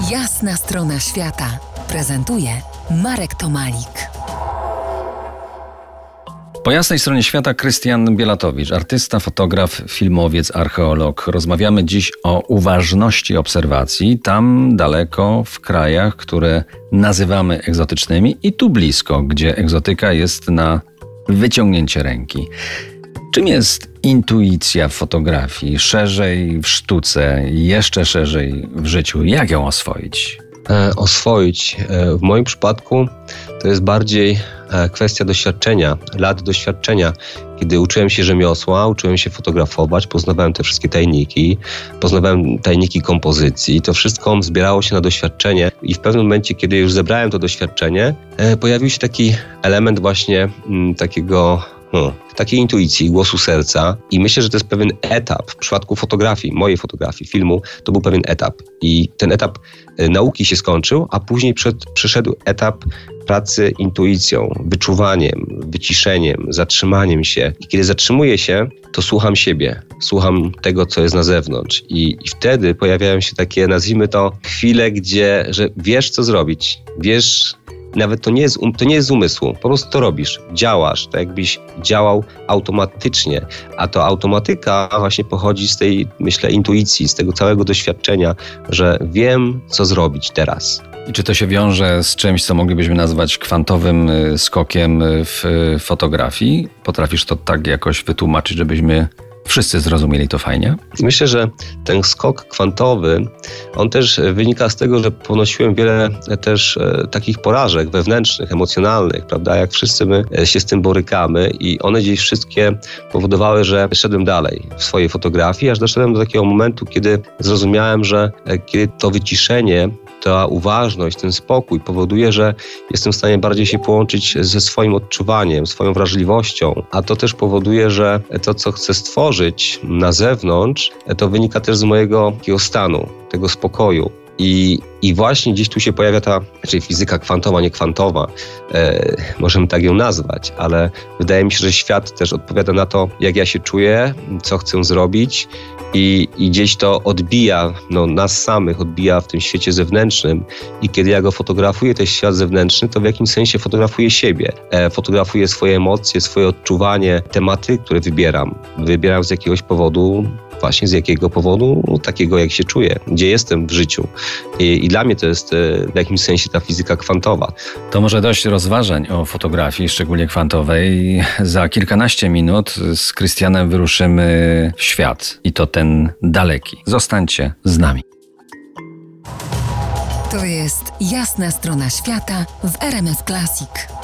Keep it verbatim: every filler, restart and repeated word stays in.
Jasna strona świata prezentuje Marek Tomalik. Po jasnej stronie świata Krystian Bielatowicz, artysta, fotograf, filmowiec, archeolog. Rozmawiamy dziś o uważności obserwacji, tam daleko, w krajach, które nazywamy egzotycznymi i tu blisko, gdzie egzotyka jest na wyciągnięcie ręki. Czym jest intuicja w fotografii, szerzej w sztuce, jeszcze szerzej w życiu? Jak ją oswoić? E, oswoić. E, w moim przypadku to jest bardziej e, kwestia doświadczenia, lat doświadczenia. Kiedy uczyłem się rzemiosła, uczyłem się fotografować, poznawałem te wszystkie tajniki, poznawałem tajniki kompozycji. To wszystko zbierało się na doświadczenie i w pewnym momencie, kiedy już zebrałem to doświadczenie, e, pojawił się taki element właśnie m, takiego... Hmm, takiej intuicji, głosu serca i myślę, że to jest pewien etap. W przypadku fotografii, mojej fotografii, filmu, to był pewien etap i ten etap y, nauki się skończył, a później przed, przyszedł etap pracy intuicją, wyczuwaniem, wyciszeniem, zatrzymaniem się. I kiedy zatrzymuję się, to słucham siebie, słucham tego, co jest na zewnątrz i, i wtedy pojawiają się takie, nazwijmy to, chwile, gdzie że wiesz, co zrobić, wiesz. Nawet to nie jest, um, to nie jest z umysłu, po prostu to robisz, działasz, tak jakbyś działał automatycznie, a to automatyka właśnie pochodzi z tej, myślę, intuicji, z tego całego doświadczenia, że wiem, co zrobić teraz. I czy to się wiąże z czymś, co moglibyśmy nazwać kwantowym skokiem w fotografii? Potrafisz to tak jakoś wytłumaczyć, żebyśmy wszyscy zrozumieli to fajnie? Myślę, że ten skok kwantowy, on też wynika z tego, że ponosiłem wiele też e, takich porażek wewnętrznych, emocjonalnych, prawda? Jak wszyscy my się z tym borykamy i one gdzieś wszystkie powodowały, że szedłem dalej w swojej fotografii, aż doszedłem do takiego momentu, kiedy zrozumiałem, że e, kiedy to wyciszenie, ta uważność, ten spokój powoduje, że jestem w stanie bardziej się połączyć ze swoim odczuwaniem, swoją wrażliwością, a to też powoduje, że to, co chcę stworzyć na zewnątrz, to wynika też z mojego takiego stanu, tego spokoju. I, I właśnie gdzieś tu się pojawia ta, czyli fizyka kwantowa, nie kwantowa, e, możemy tak ją nazwać, ale wydaje mi się, że świat też odpowiada na to, jak ja się czuję, co chcę zrobić i, i gdzieś to odbija, no, nas samych odbija w tym świecie zewnętrznym i kiedy ja go fotografuję, ten świat zewnętrzny, to w jakimś sensie fotografuję siebie, e, fotografuję swoje emocje, swoje odczuwanie, tematy, które wybieram. Wybieram z jakiegoś powodu, właśnie z jakiego powodu, takiego jak się czuję, gdzie jestem w życiu. I, i dla mnie to jest w jakimś sensie ta fizyka kwantowa. To może dość rozważań o fotografii, szczególnie kwantowej. Za kilkanaście minut z Krystianem wyruszymy w świat i to ten daleki. Zostańcie z nami. To jest Jasna strona świata w R M F Classic.